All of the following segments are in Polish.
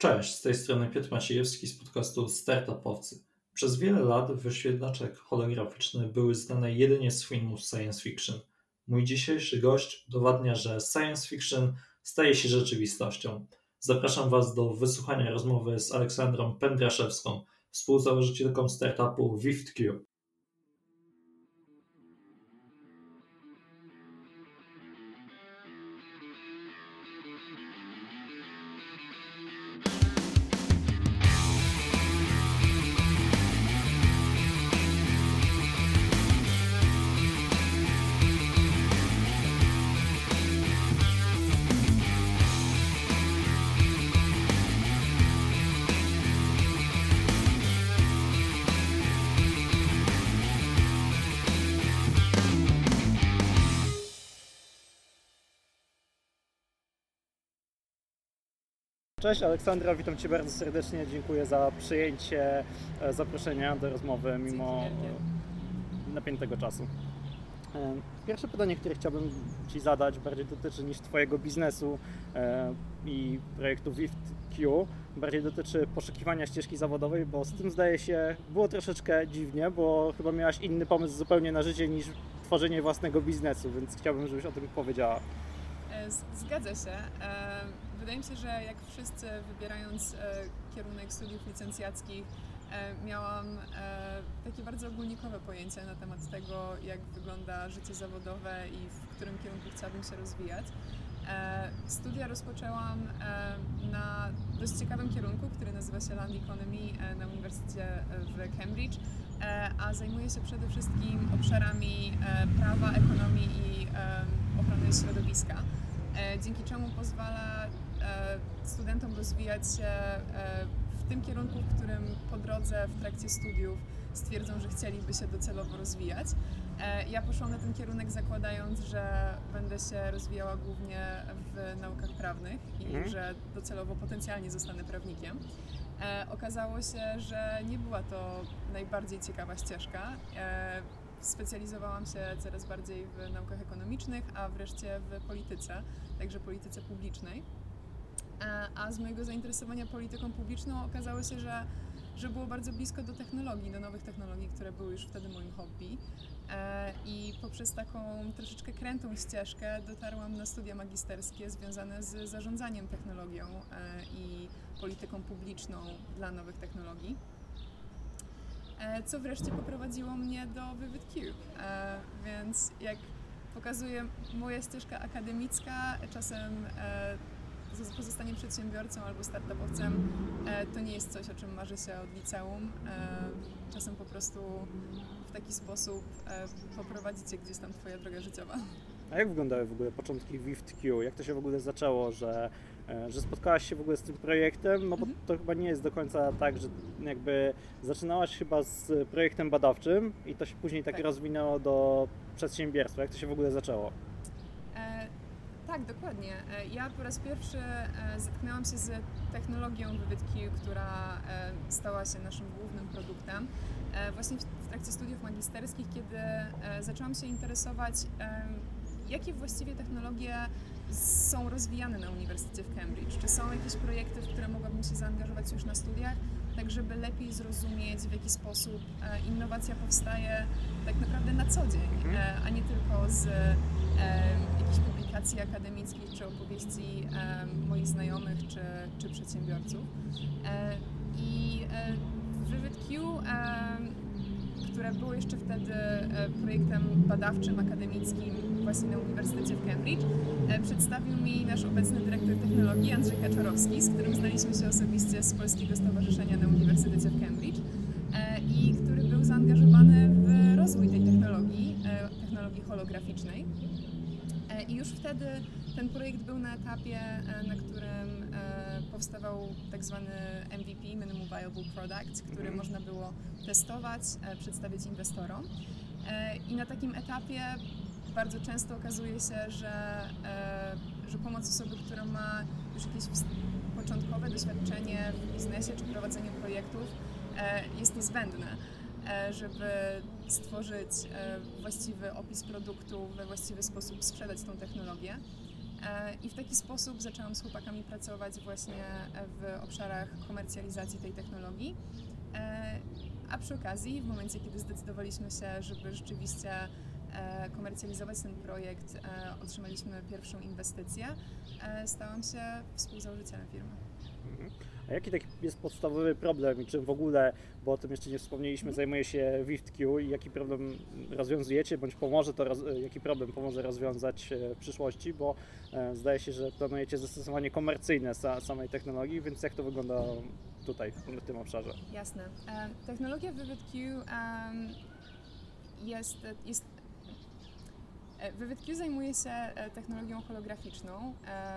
Cześć, z tej strony Piotr Maciejewski z podcastu Startupowcy. Przez wiele lat wyświetlaczek holograficzny były znane jedynie z filmów science fiction. Mój dzisiejszy gość udowadnia, że science fiction staje się rzeczywistością. Zapraszam Was do wysłuchania rozmowy z Aleksandrą Pędraszewską, współzałożycielką startupu ViftQ. Cześć Aleksandra, witam Cię bardzo serdecznie, dziękuję za przyjęcie zaproszenia do rozmowy mimo napiętego czasu. Pierwsze pytanie, które chciałbym Ci zadać, bardziej dotyczy niż Twojego biznesu i projektu ViftQ, bardziej dotyczy poszukiwania ścieżki zawodowej, bo z tym zdaje się było troszeczkę dziwnie, bo chyba miałaś inny pomysł zupełnie na życie niż tworzenie własnego biznesu, więc chciałbym, żebyś o tym powiedziała. Zgadza się. Wydaje mi się, że jak wszyscy wybierając kierunek studiów licencjackich miałam takie bardzo ogólnikowe pojęcie na temat tego, jak wygląda życie zawodowe i w którym kierunku chciałabym się rozwijać. Studia rozpoczęłam na dość ciekawym kierunku, który nazywa się Land Economy na Uniwersytecie w Cambridge, a zajmuje się przede wszystkim obszarami prawa, ekonomii i ochrony środowiska, dzięki czemu pozwala studentom rozwijać się w tym kierunku, w którym po drodze w trakcie studiów stwierdzą, że chcieliby się docelowo rozwijać. Ja poszłam na ten kierunek zakładając, że będę się rozwijała głównie w naukach prawnych i że docelowo potencjalnie zostanę prawnikiem. Okazało się, że nie była to najbardziej ciekawa ścieżka. Specjalizowałam się coraz bardziej w naukach ekonomicznych, a wreszcie w polityce, także polityce publicznej. A z mojego zainteresowania polityką publiczną okazało się, że było bardzo blisko do technologii, do nowych technologii, które były już wtedy moim hobby. I poprzez taką troszeczkę krętą ścieżkę dotarłam na studia magisterskie związane z zarządzaniem technologią i polityką publiczną dla nowych technologii. Co wreszcie poprowadziło mnie do ViftQ, więc jak pokazuje moja ścieżka akademicka, czasem pozostanie przedsiębiorcą albo startupowcem to nie jest coś, o czym marzy się od liceum. Czasem po prostu w taki sposób poprowadzi cię gdzieś tam twoja droga życiowa. A jak wyglądały w ogóle początki ViftQ? Jak to się w ogóle zaczęło, że spotkałaś się w ogóle z tym projektem? No bo to chyba nie jest do końca tak, że jakby zaczynałaś chyba z projektem badawczym i to się później tak rozwinęło do przedsiębiorstwa. Jak to się w ogóle zaczęło? Tak, dokładnie. Ja po raz pierwszy zetknęłam się z technologią ViftQ, która stała się naszym głównym produktem. Właśnie w trakcie studiów magisterskich, kiedy zaczęłam się interesować, jakie właściwie technologie są rozwijane na Uniwersytecie w Cambridge. Czy są jakieś projekty, w które mogłabym się zaangażować już na studiach, tak żeby lepiej zrozumieć, w jaki sposób innowacja powstaje tak naprawdę na co dzień, a nie tylko z jakichś publikacji akademickich czy opowieści moich znajomych czy przedsiębiorców. I ViftQ, które było jeszcze wtedy projektem badawczym, akademickim właśnie na Uniwersytecie w Cambridge, przedstawił mi nasz obecny dyrektor technologii Andrzej Kaczorowski, z którym znaliśmy się osobiście z Polskiego Stowarzyszenia na Uniwersytecie w Cambridge i który był zaangażowany w rozwój tej technologii holograficznej. I już wtedy ten projekt był na etapie, na którym powstawał tak zwany MVP, Minimum Viable Product, który można było testować, przedstawić inwestorom. I na takim etapie bardzo często okazuje się, że pomoc osoby, która ma już jakieś początkowe doświadczenie w biznesie czy prowadzeniu projektów jest niezbędne, żeby stworzyć właściwy opis produktu, we właściwy sposób sprzedać tą technologię. I w taki sposób zaczęłam z chłopakami pracować właśnie w obszarach komercjalizacji tej technologii. A przy okazji, w momencie, kiedy zdecydowaliśmy się, żeby rzeczywiście komercjalizować ten projekt, otrzymaliśmy pierwszą inwestycję, stałam się współzałożycielem firmy. A jaki taki jest podstawowy problem i czym w ogóle, bo o tym jeszcze nie wspomnieliśmy, zajmuje się ViftQ i jaki problem rozwiązujecie, bądź jaki problem pomoże rozwiązać w przyszłości, bo zdaje się, że planujecie zastosowanie komercyjne samej technologii, więc jak to wygląda tutaj, w tym obszarze? Jasne. Technologia VividQ VividQ zajmuje się technologią holograficzną.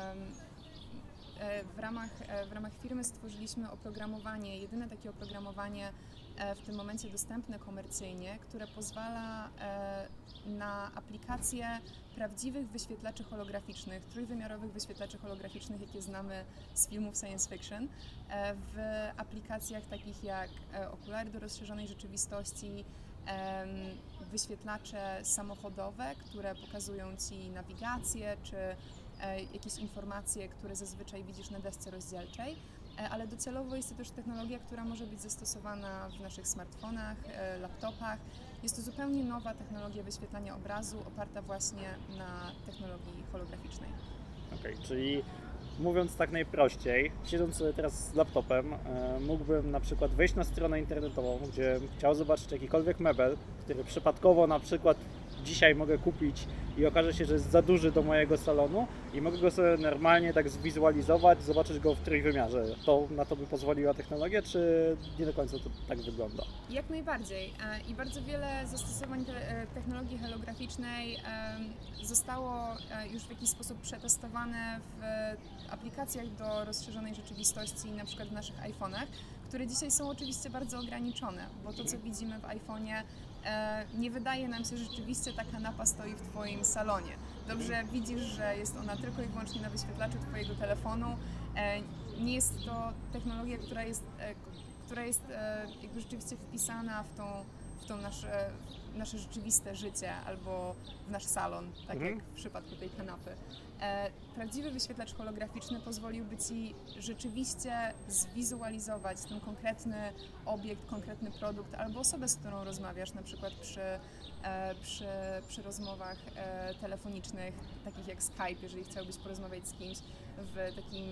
W ramach firmy stworzyliśmy oprogramowanie, jedyne takie oprogramowanie w tym momencie dostępne komercyjnie, które pozwala na aplikację prawdziwych wyświetlaczy holograficznych, trójwymiarowych wyświetlaczy holograficznych, jakie znamy z filmów science fiction, w aplikacjach takich jak okulary do rozszerzonej rzeczywistości, wyświetlacze samochodowe, które pokazują Ci nawigację, czy jakieś informacje, które zazwyczaj widzisz na desce rozdzielczej, ale docelowo jest to też technologia, która może być zastosowana w naszych smartfonach, laptopach. Jest to zupełnie nowa technologia wyświetlania obrazu, oparta właśnie na technologii holograficznej. Okej, czyli mówiąc tak najprościej, siedząc sobie teraz z laptopem, mógłbym na przykład wejść na stronę internetową, gdzie chciał zobaczyć jakikolwiek mebel, który przypadkowo na przykład dzisiaj mogę kupić i okaże się, że jest za duży do mojego salonu i mogę go sobie normalnie tak zwizualizować, zobaczyć go w trójwymiarze. Na to by pozwoliła technologia, czy nie do końca to tak wygląda? Jak najbardziej. I bardzo wiele zastosowań technologii holograficznej zostało już w jakiś sposób przetestowane w aplikacjach do rozszerzonej rzeczywistości, na przykład w naszych iPhone'ach, które dzisiaj są oczywiście bardzo ograniczone, bo to, co widzimy w iPhone'ie, nie wydaje nam się, że rzeczywiście ta kanapa stoi w Twoim salonie. Dobrze widzisz, że jest ona tylko i wyłącznie na wyświetlaczu Twojego telefonu. Nie jest to technologia, która jest jakby rzeczywiście wpisana w to nasze rzeczywiste życie albo w nasz salon, tak jak w przypadku tej kanapy. Prawdziwy wyświetlacz holograficzny pozwoliłby Ci rzeczywiście zwizualizować ten konkretny obiekt, konkretny produkt albo osobę, z którą rozmawiasz, na przykład przy rozmowach telefonicznych, takich jak Skype, jeżeli chciałbyś porozmawiać z kimś w takim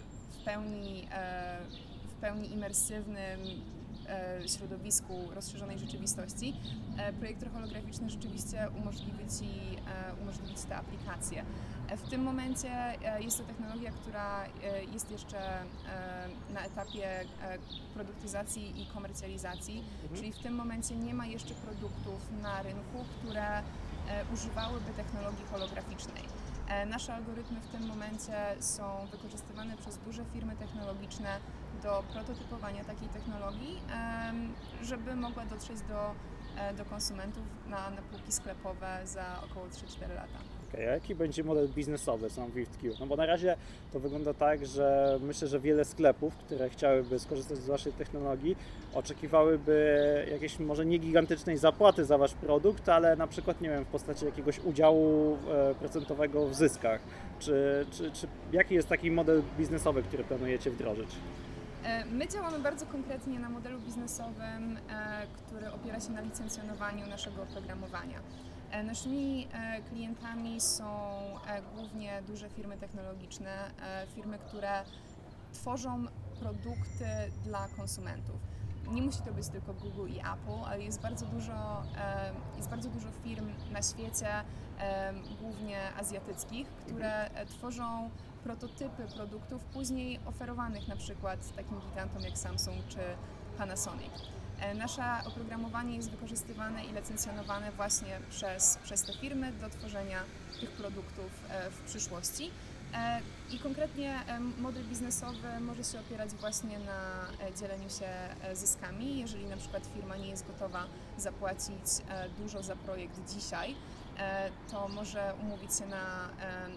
w pełni imersywnym środowisku rozszerzonej rzeczywistości. Projektor holograficzny rzeczywiście umożliwi Ci te aplikacje. W tym momencie jest to technologia, która jest jeszcze na etapie produktyzacji i komercjalizacji, czyli w tym momencie nie ma jeszcze produktów na rynku, które używałyby technologii holograficznej. Nasze algorytmy w tym momencie są wykorzystywane przez duże firmy technologiczne do prototypowania takiej technologii, żeby mogła dotrzeć do konsumentów na półki sklepowe za około 3-4 lata. A jaki będzie model biznesowy sam ViftQ? No bo na razie to wygląda tak, że myślę, że wiele sklepów, które chciałyby skorzystać z Waszej technologii, oczekiwałyby jakiejś może nie gigantycznej zapłaty za Wasz produkt, ale na przykład, nie wiem, w postaci jakiegoś udziału procentowego w zyskach. Czy jaki jest taki model biznesowy, który planujecie wdrożyć? My działamy bardzo konkretnie na modelu biznesowym, który opiera się na licencjonowaniu naszego oprogramowania. Naszymi klientami są głównie duże firmy technologiczne, firmy, które tworzą produkty dla konsumentów. Nie musi to być tylko Google i Apple, ale jest bardzo dużo firm na świecie, głównie azjatyckich, które tworzą prototypy produktów później oferowanych na przykład takim gigantom jak Samsung czy Panasonic. Nasze oprogramowanie jest wykorzystywane i licencjonowane właśnie przez te firmy do tworzenia tych produktów w przyszłości. I konkretnie model biznesowy może się opierać właśnie na dzieleniu się zyskami. Jeżeli na przykład firma nie jest gotowa zapłacić dużo za projekt dzisiaj, to może umówić się na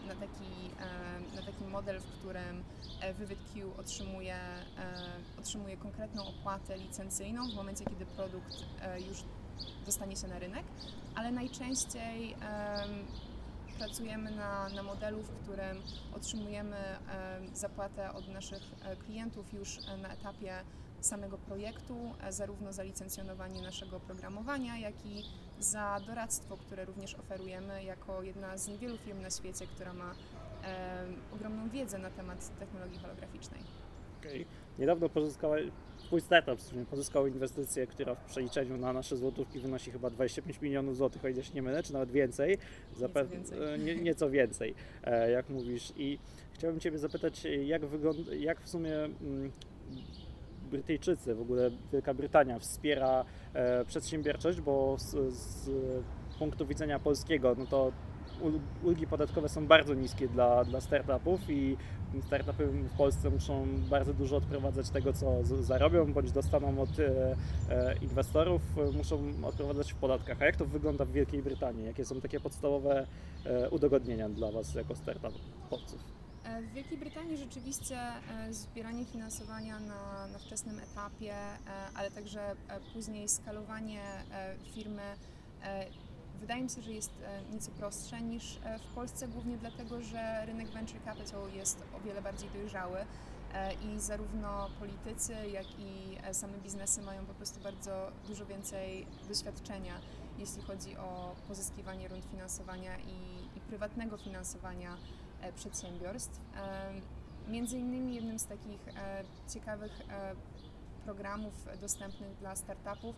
taki model, w którym VividQ otrzymuje konkretną opłatę licencyjną w momencie, kiedy produkt już dostanie się na rynek, ale najczęściej pracujemy na modelu, w którym otrzymujemy zapłatę od naszych klientów już na etapie samego projektu, zarówno za licencjonowanie naszego programowania, jak i za doradztwo, które również oferujemy jako jedna z niewielu firm na świecie, która ma ogromną wiedzę na temat technologii holograficznej. Okay. Niedawno twój startup pozyskał inwestycję, która w przeliczeniu na nasze złotówki wynosi chyba 25 milionów złotych, o ile się nie mylę, czy nawet więcej. Nieco więcej, jak mówisz. I chciałbym Ciebie zapytać, jak w sumie Brytyjczycy, w ogóle Wielka Brytania wspiera przedsiębiorczość, bo z punktu widzenia polskiego, no to ulgi podatkowe są bardzo niskie dla startupów i startupy w Polsce muszą bardzo dużo odprowadzać tego, co zarobią, bądź dostaną od inwestorów, muszą odprowadzać w podatkach. A jak to wygląda w Wielkiej Brytanii? Jakie są takie podstawowe udogodnienia dla Was jako startupowców? W Wielkiej Brytanii rzeczywiście zbieranie finansowania na wczesnym etapie, ale także później skalowanie firmy wydaje mi się, że jest nieco prostsze niż w Polsce, głównie dlatego, że rynek venture capital jest o wiele bardziej dojrzały i zarówno politycy, jak i same biznesy mają po prostu bardzo dużo więcej doświadczenia, jeśli chodzi o pozyskiwanie rund finansowania i prywatnego finansowania przedsiębiorstw. Między innymi jednym z takich ciekawych programów dostępnych dla startupów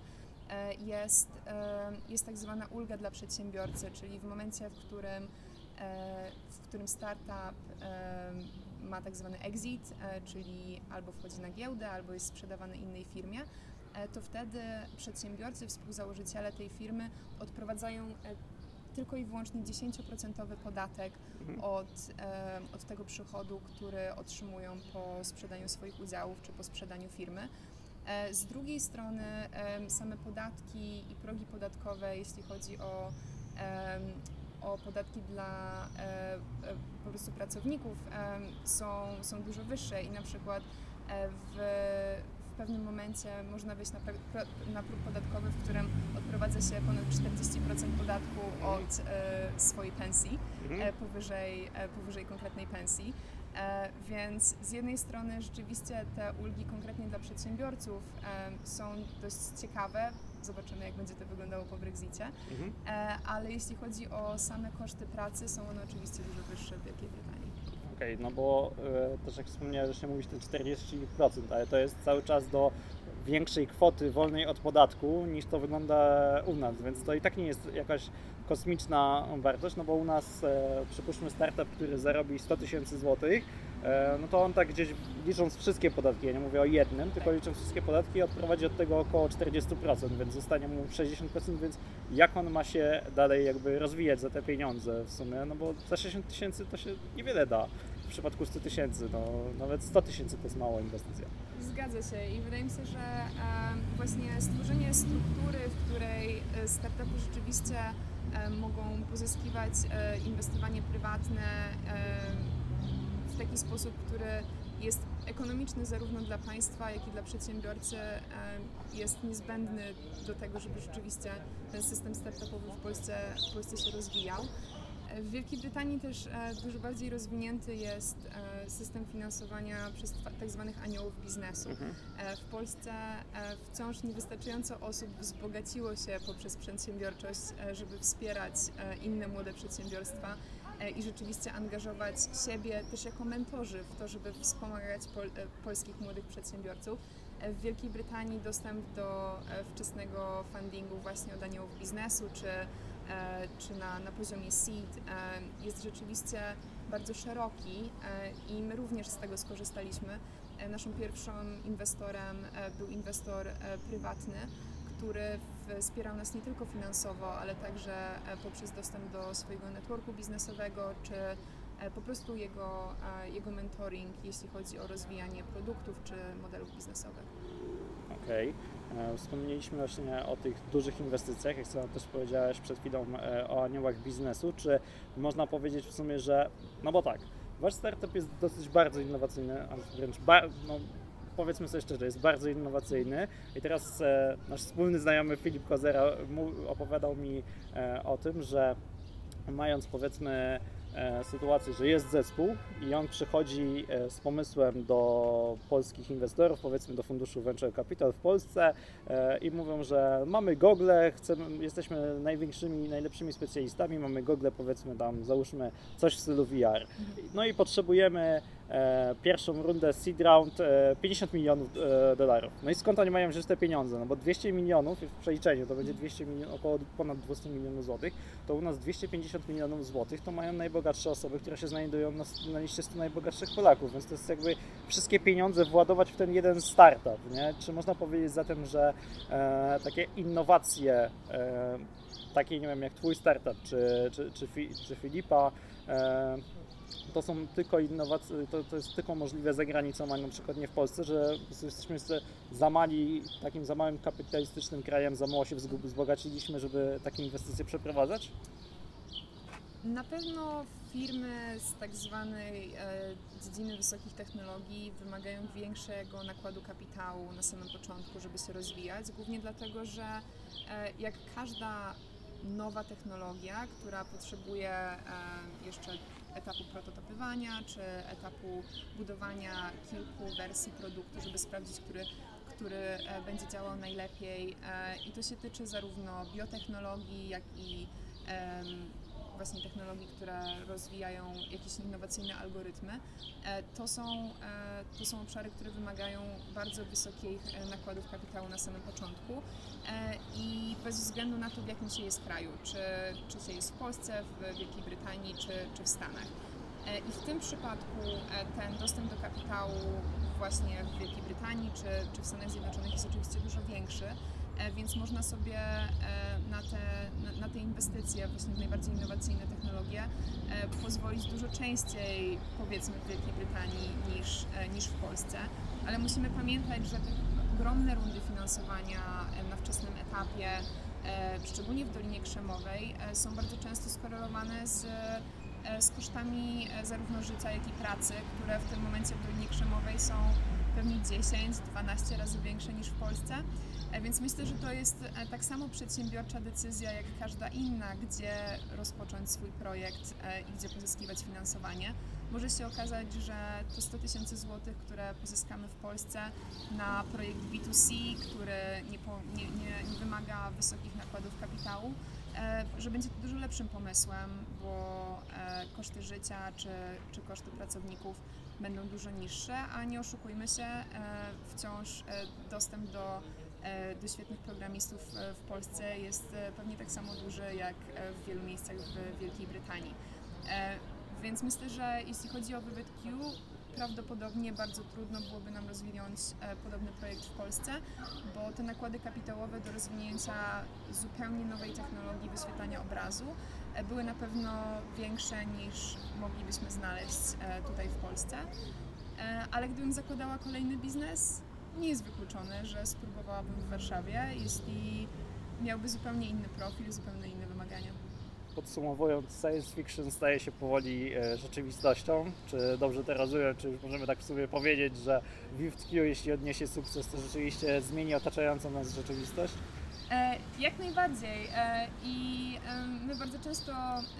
jest tak zwana ulga dla przedsiębiorcy, czyli w momencie, w którym startup ma tak zwany exit, czyli albo wchodzi na giełdę, albo jest sprzedawany innej firmie, to wtedy przedsiębiorcy, współzałożyciele tej firmy odprowadzają tylko i wyłącznie 10% podatek od tego przychodu, który otrzymują po sprzedaniu swoich udziałów czy po sprzedaniu firmy. Z drugiej strony same podatki i progi podatkowe, jeśli chodzi o podatki dla po prostu pracowników, są dużo wyższe i na przykład w pewnym momencie można wyjść na próg podatkowy, w którym odprowadza się ponad 40% podatku od swojej pensji powyżej konkretnej pensji. Więc z jednej strony rzeczywiście te ulgi konkretnie dla przedsiębiorców są dość ciekawe, zobaczymy jak będzie to wyglądało po Brexicie, ale jeśli chodzi o same koszty pracy, są one oczywiście dużo wyższe w Wielkiej Brytanii. Okej, no bo też jak wspomniałeś, że się mówisz ten 40%, ale to jest cały czas do większej kwoty wolnej od podatku niż to wygląda u nas, więc to i tak nie jest jakaś kosmiczna wartość, no bo u nas przypuśćmy startup, który zarobi 100 000 złotych, no to on tak gdzieś licząc wszystkie podatki, ja nie mówię o jednym, tylko licząc wszystkie podatki odprowadzi od tego około 40%, więc zostanie mu 60%, więc jak on ma się dalej jakby rozwijać za te pieniądze w sumie, no bo za 60 000 to się niewiele da. W przypadku 100 000, no nawet 100 000 to jest mała inwestycja. Zgadza się i wydaje mi się, że właśnie stworzenie struktury, w której startupy rzeczywiście mogą pozyskiwać inwestowanie prywatne w taki sposób, który jest ekonomiczny zarówno dla państwa, jak i dla przedsiębiorcy, jest niezbędny do tego, żeby rzeczywiście ten system startupowy w Polsce się rozwijał. W Wielkiej Brytanii też dużo bardziej rozwinięty jest system finansowania przez tak zwanych aniołów biznesu. W Polsce wciąż niewystarczająco osób wzbogaciło się poprzez przedsiębiorczość, żeby wspierać inne młode przedsiębiorstwa i rzeczywiście angażować siebie też jako mentorzy w to, żeby wspomagać polskich młodych przedsiębiorców. W Wielkiej Brytanii dostęp do wczesnego fundingu właśnie od aniołów biznesu czy na poziomie seed jest rzeczywiście bardzo szeroki i my również z tego skorzystaliśmy. Naszym pierwszym inwestorem był inwestor prywatny, który wspierał nas nie tylko finansowo, ale także poprzez dostęp do swojego networku biznesowego, czy po prostu jego mentoring, jeśli chodzi o rozwijanie produktów czy modelów biznesowych. Okej. Wspomnieliśmy właśnie o tych dużych inwestycjach, jak sam też powiedziałeś przed chwilą o aniołach biznesu. Czy można powiedzieć w sumie, że, no bo tak, wasz startup jest dosyć bardzo innowacyjny, a wręcz powiedzmy sobie szczerze, jest bardzo innowacyjny i teraz nasz wspólny znajomy Filip Kozera opowiadał mi o tym, że mając powiedzmy sytuację, że jest zespół i on przychodzi z pomysłem do polskich inwestorów, powiedzmy do funduszu Venture Capital w Polsce i mówią, że mamy gogle, jesteśmy największymi, najlepszymi specjalistami, mamy gogle, powiedzmy tam, załóżmy coś w stylu VR. No i potrzebujemy pierwszą rundę seed round $50 milionów. No i skąd oni mają wziąć te pieniądze? No bo 200 milionów w przeliczeniu to będzie 200 milionów, około ponad 200 milionów złotych, to u nas 250 milionów złotych to mają najbogatsze osoby, które się znajdują na liście 100 najbogatszych Polaków, więc to jest jakby wszystkie pieniądze władować w ten jeden startup, nie? Czy można powiedzieć zatem, że takie innowacje, takie nie wiem jak Twój startup czy Filipa, to są tylko innowacje, to jest tylko możliwe za granicą, a na przykład nie w Polsce, że jesteśmy takim za małym kapitalistycznym krajem, za mało się wzbogaciliśmy, żeby takie inwestycje przeprowadzać? Na pewno firmy z tak zwanej dziedziny wysokich technologii wymagają większego nakładu kapitału na samym początku, żeby się rozwijać, głównie dlatego, że jak każda nowa technologia, która potrzebuje jeszcze etapu prototypowania czy etapu budowania kilku wersji produktu, żeby sprawdzić, który będzie działał najlepiej. I to się tyczy zarówno biotechnologii, jak i właśnie technologii, które rozwijają jakieś innowacyjne algorytmy. To są obszary, które wymagają bardzo wysokich nakładów kapitału na samym początku i bez względu na to, w jakim się jest kraju, czy się jest w Polsce, w Wielkiej Brytanii, czy w Stanach. I w tym przypadku ten dostęp do kapitału właśnie w Wielkiej Brytanii czy w Stanach Zjednoczonych jest oczywiście dużo większy, więc można sobie na te inwestycje właśnie w najbardziej innowacyjne technologie pozwolić dużo częściej, powiedzmy, w Wielkiej Brytanii niż w Polsce, ale musimy pamiętać, że te ogromne rundy finansowania na wczesnym etapie, szczególnie w Dolinie Krzemowej, są bardzo często skorelowane z kosztami zarówno życia, jak i pracy, które w tym momencie w Dolinie Krzemowej są pewnie 10-12 razy większe niż w Polsce. Więc myślę, że to jest tak samo przedsiębiorcza decyzja jak każda inna, gdzie rozpocząć swój projekt i gdzie pozyskiwać finansowanie. Może się okazać, że to 100 000 złotych, które pozyskamy w Polsce na projekt B2C, który nie wymaga wysokich nakładów kapitału, że będzie to dużo lepszym pomysłem, bo koszty życia czy koszty pracowników będą dużo niższe, a nie oszukujmy się, wciąż dostęp do świetnych programistów w Polsce jest pewnie tak samo duży jak w wielu miejscach w Wielkiej Brytanii. Więc myślę, że jeśli chodzi o VividQ, prawdopodobnie bardzo trudno byłoby nam rozwinąć podobny projekt w Polsce, bo te nakłady kapitałowe do rozwinięcia zupełnie nowej technologii wyświetlania obrazu były na pewno większe niż moglibyśmy znaleźć tutaj w Polsce. Ale gdybym zakładała kolejny biznes, nie jest wykluczone, że spróbowałabym w Warszawie, jeśli miałby zupełnie inny profil, zupełnie inne wymagania. Podsumowując, science fiction staje się powoli rzeczywistością. Czy dobrze to rozumiem, czy już możemy tak sobie powiedzieć, że VividQ, jeśli odniesie sukces, to rzeczywiście zmieni otaczającą nas rzeczywistość? Jak najbardziej. I my bardzo często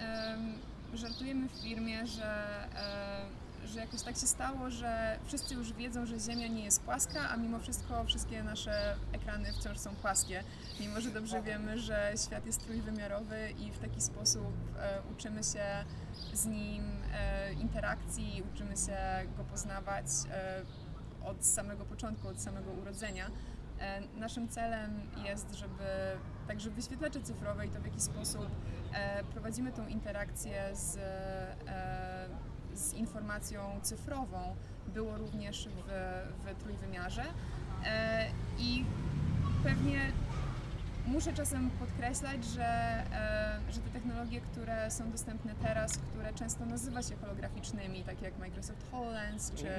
żartujemy w firmie, że jakoś tak się stało, że wszyscy już wiedzą, że Ziemia nie jest płaska, a mimo wszystko wszystkie nasze ekrany wciąż są płaskie. Mimo że dobrze wiemy, że świat jest trójwymiarowy i w taki sposób uczymy się z nim interakcji, uczymy się go poznawać od samego początku, od samego urodzenia. Naszym celem jest, żeby także wyświetlacze cyfrowe i to w jaki sposób prowadzimy tą interakcję z informacją cyfrową było również w trójwymiarze i pewnie muszę czasem podkreślać, że te technologie, które są dostępne teraz, które często nazywa się holograficznymi, takie jak Microsoft HoloLens czy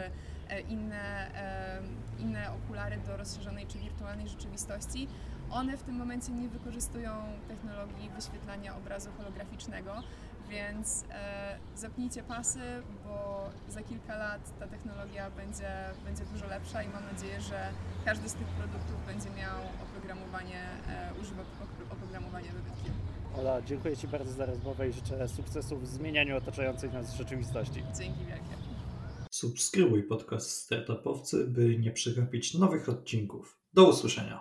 inne okulary do rozszerzonej czy wirtualnej rzeczywistości, one w tym momencie nie wykorzystują technologii wyświetlania obrazu holograficznego, więc zapnijcie pasy, bo za kilka lat ta technologia będzie dużo lepsza i mam nadzieję, że każdy z tych produktów będzie miał używa oprogramowania VividQ. Ola, dziękuję Ci bardzo za rozmowę i życzę sukcesów w zmienianiu otaczającej nas rzeczywistości. Dzięki wielkie. Subskrybuj podcast Startupowcy, by nie przegapić nowych odcinków. Do usłyszenia.